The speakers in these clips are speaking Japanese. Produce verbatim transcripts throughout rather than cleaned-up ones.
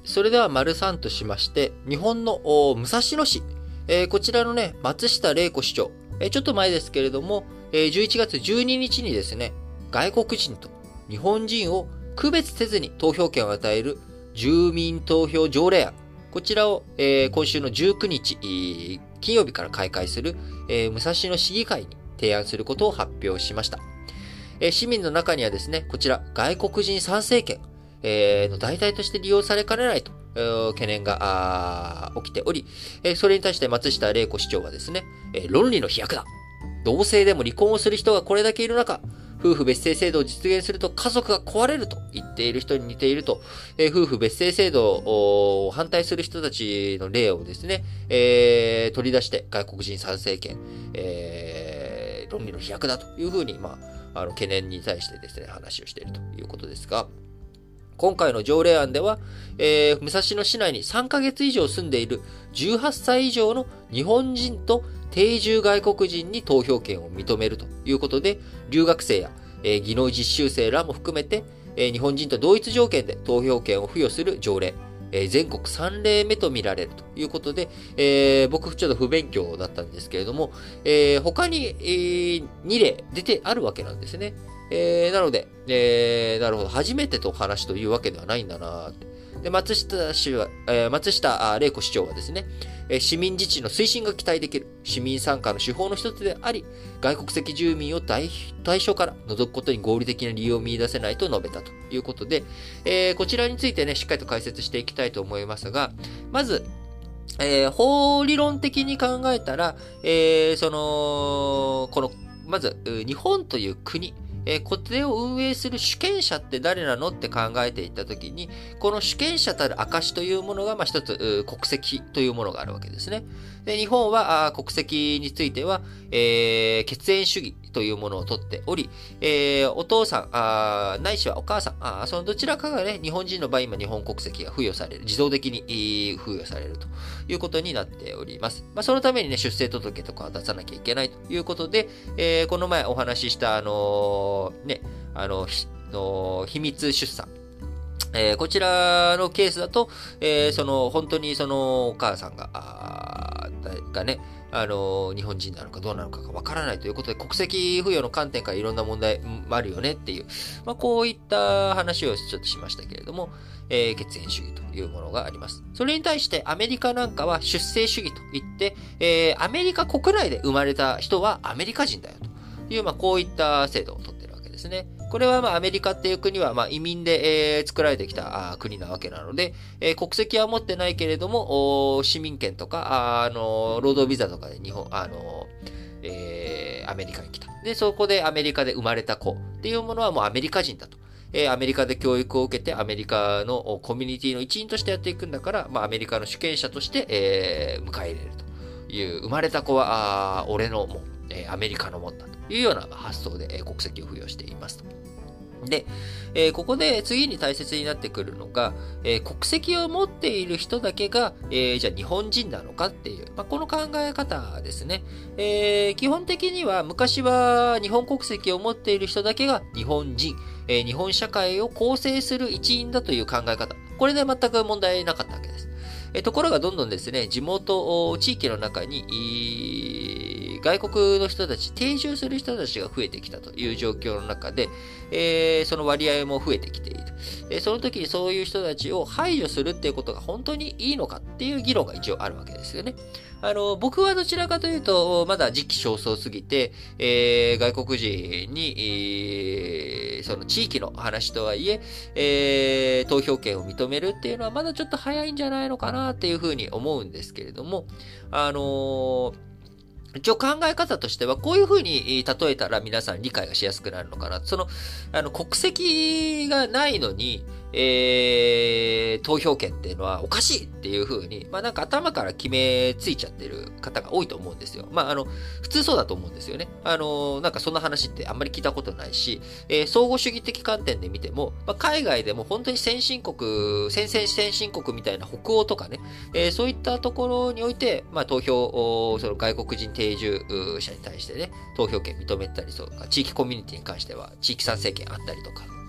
それでは丸さんとしまして、日本の武蔵野市、えー、こちらのね、松下玲子市長、えー、ちょっと前ですけれども、えー、じゅういちがつじゅうににちにですね、外国人と日本人を区別せずに投票権を与える住民投票条例案、こちらを、えー、今週のじゅうくにち、金曜日から開会する、えー、武蔵野市議会に提案することを発表しました。えー、市民の中にはですね、こちら外国人参政権、えー、の代替として利用されかねないと、えー、懸念が起きており、えー、それに対して松下玲子市長はですね、えー、論理の飛躍だ。同性でも離婚をする人がこれだけいる中、夫婦別姓制度を実現すると家族が壊れると言っている人に似ていると、えー、夫婦別姓制度を反対する人たちの例をですね、えー、取り出して外国人参政権、えー、論理の飛躍だというふうに、まあ、あの懸念に対してですね、話をしているということですが、今回の条例案では、えー、武蔵野市内にさんかげつ以上住んでいるじゅうはっさい以上の日本人と定住外国人に投票権を認めるということで、留学生や、えー、技能実習生らも含めて、えー、日本人と同一条件で投票権を付与する条例、えー、全国さんれいめと見られるということで、えー、僕ちょっと不勉強だったんですけれども、えー、他に、えー、にれい出てあるわけなんですね。えー、なので、えー、なるほど、初めてと話というわけではないんだなって。で、松下氏は、えー、松下玲子市長はですね、えー、市民自治の推進が期待できる市民参加の手法の一つであり、外国籍住民を対象から除くことに合理的な理由を見出せないと述べたということで、えー、こちらについてね、しっかりと解説していきたいと思いますが、まず、えー、法理論的に考えたら、えー、その、この、まず、日本という国、えー、これを運営する主権者って誰なのって考えていったときに、この主権者たる証というものが、まあ、一つ、国籍というものがあるわけですね。で、日本はあ国籍については、えー、血縁主義というものを取っており、えー、お父さん、あないしはお母さん、あそのどちらかがね、日本人の場合、今日本国籍が付与される、自動的に、えー、付与されるということになっております。まあ、そのためにね、出生届とかを出さなきゃいけないということで、えー、この前お話しした、あのー、ね、あの、の秘密出産。えー、こちらのケースだと、えー、その、本当にそのお母さんが、あがね、あのー、日本人なのかどうなのかがわからないということで、国籍付与の観点からいろんな問題もあるよねっていう、まあ、こういった話をちょっとしましたけれども、えー、血縁主義というものがあります。それに対してアメリカなんかは出生主義といって、えー、アメリカ国内で生まれた人はアメリカ人だよという、まあ、こういった制度をとっているわけですね。これはまあアメリカっていう国はまあ移民で、えー、作られてきた国なわけなので、えー、国籍は持ってないけれども、市民権とか、あ、あの、労働ビザとかで日本、あの、えー、アメリカに来た。で、そこでアメリカで生まれた子っていうものはもうアメリカ人だと。えー、アメリカで教育を受けてアメリカのコミュニティの一員としてやっていくんだから、まあアメリカの主権者として、えー、迎え入れるという、生まれた子は、あ俺のもん、えー、アメリカのもんだというような発想で、えー、国籍を付与していますと。で、えー、ここで次に大切になってくるのが、えー、国籍を持っている人だけが、えー、じゃあ日本人なのかっていう、まあ、この考え方ですね。えー、基本的には昔は日本国籍を持っている人だけが日本人、えー、日本社会を構成する一員だという考え方。これで全く問題なかったわけです。えー、ところがどんどんですね、地元、地域の中に、外国の人たち、定住する人たちが増えてきたという状況の中で、えー、その割合も増えてきている。えー、その時にそういう人たちを排除するっていうことが本当にいいのかっていう議論が一応あるわけですよね。あの、僕はどちらかというと、まだ時期尚早すぎて、えー、外国人に、えー、その地域の話とはいええー、投票権を認めるっていうのはまだちょっと早いんじゃないのかなっていうふうに思うんですけれども、あのー、一応考え方としては、こういうふうに例えたら皆さん理解がしやすくなるのかな。その、あの、国籍がないのに、えー、投票権っていうのはおかしいっていうふうに、まあなんか頭から決めついちゃってる方が多いと思うんですよ。まああの、普通そうだと思うんですよね。あの、なんかそんな話ってあんまり聞いたことないし、えー、相互主義的観点で見ても、まあ、海外でも本当に先進国、先々先進国みたいな北欧とかね、えー、そういったところにおいて、まあ投票、その外国人定住者に対してね、投票権認めたりとか、地域コミュニティに関しては地域参政権あったりとか、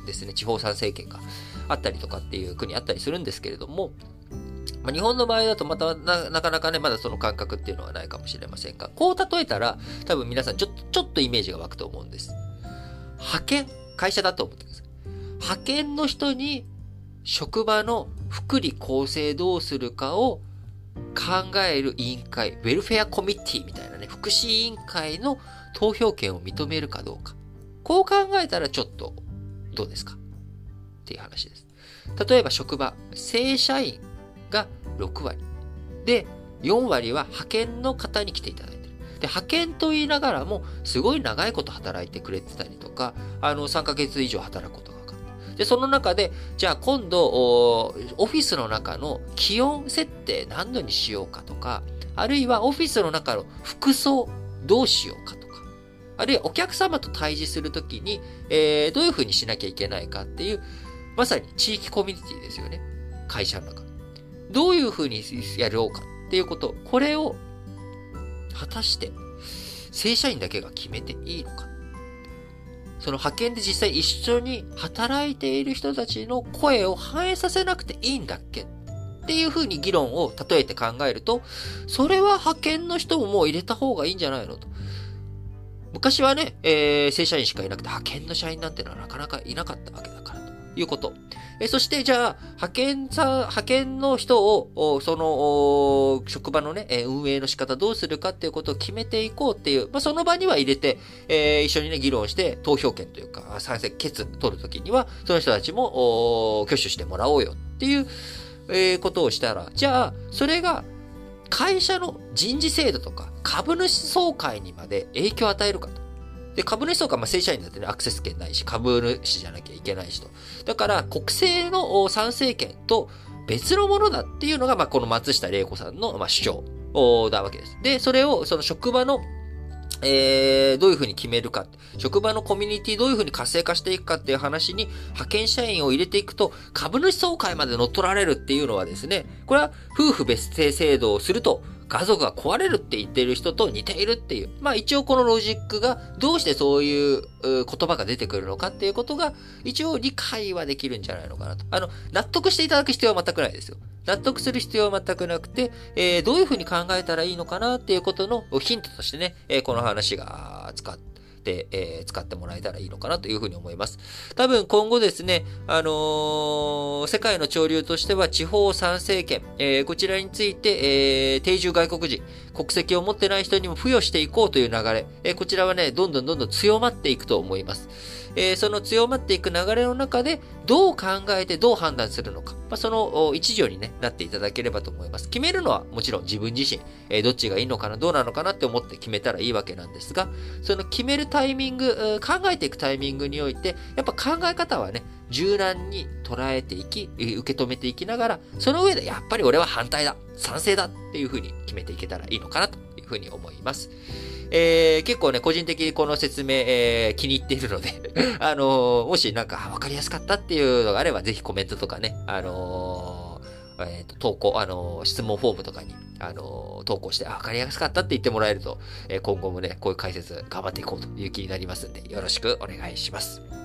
ですね、地方参政権があったりとかっていう国あったりするんですけれども、まあ、日本の場合だとまたな、なかなかね、まだその感覚っていうのはないかもしれませんが、こう例えたら、多分皆さんちょっと、ちょっとイメージが湧くと思うんです。派遣、会社だと思ってください。派遣の人に、職場の福利厚生どうするかを考える委員会、ウェルフェアコミッティみたいなね、福祉委員会の投票権を認めるかどうか。こう考えたらちょっと、どうですかっていう話です。例えば職場、正社員がろくわり。で、よんわりは派遣の方に来ていただいている。で、派遣と言いながらも、すごい長いこと働いてくれてたりとか、あの、さんかげつ以上働くことが分かった。で、その中で、じゃあ今度、オフィスの中の気温設定何度にしようかとか、あるいはオフィスの中の服装どうしようかとか、あるいはお客様と対峙するときに、えー、どういうふうにしなきゃいけないかっていう、まさに地域コミュニティですよね。会社の中。どういうふうにやろうかっていうこと、これを果たして正社員だけが決めていいのか。その派遣で実際一緒に働いている人たちの声を反映させなくていいんだっけっていうふうに議論を例えて考えると、それは派遣の人ももう入れた方がいいんじゃないのと。昔はね、えー、正社員しかいなくて派遣の社員なんてのはなかなかいなかったわけだからということ。えそしてじゃあ、派遣さ、派遣の人を、その、職場のね、運営の仕方どうするかっていうことを決めていこうっていう、まあ、その場には入れて、えー、一緒にね、議論して投票権というか、賛成決取るときには、その人たちも、挙手してもらおうよっていう、えー、ことをしたら、じゃあ、それが、会社の人事制度とか、株主総会にまで影響を与えるかと。で、株主総会は正社員だってね、アクセス権ないし、株主じゃなきゃいけないしと。だから、国政の参政権と別のものだっていうのが、まあ、この松下玲子さんの、まあ、主張なわけです。で、それを、その職場の、えー、どういうふうに決めるか。職場のコミュニティどういうふうに活性化していくかっていう話に派遣社員を入れていくと、株主総会まで乗っ取られるっていうのはですね、これは夫婦別姓制度をすると、家族が壊れるって言っている人と似ているっていう。まあ一応このロジックがどうしてそういう言葉が出てくるのかっていうことが一応理解はできるんじゃないのかなと。あの、納得していただく必要は全くないですよ。納得する必要は全くなくて、えー、どういうふうに考えたらいいのかなっていうことのヒントとしてね、えー、この話が使って、で、えー、使ってもらえたらいいのかなというふうに思います。多分今後ですね、あのー、世界の潮流としては地方参政権、えー、こちらについて、えー、定住外国人、国籍を持ってない人にも付与していこうという流れ、えー、こちらはね、どんどんどんどん強まっていくと思います。えー、その強まっていく流れの中で、どう考えてどう判断するのか、まあ、その一助に、ね、なっていただければと思います。決めるのはもちろん自分自身、えー、どっちがいいのかな、どうなのかなって思って決めたらいいわけなんですが、その決めるタイミング、考えていくタイミングにおいて、やっぱ考え方はね、柔軟に捉えていき、受け止めていきながら、その上でやっぱり俺は反対だ、賛成だっていうふうに決めていけたらいいのかなというふうに思います。えー、結構ね、個人的にこの説明、えー、気に入っているので、あのー、もしなんかわかりやすかったっていうのがあれば、ぜひコメントとかね、あのー、えっと、投稿、あのー、質問フォームとかに、あのー、投稿して、あ、わかりやすかったって言ってもらえると、えー、今後もね、こういう解説頑張っていこうという気になりますんで、よろしくお願いします。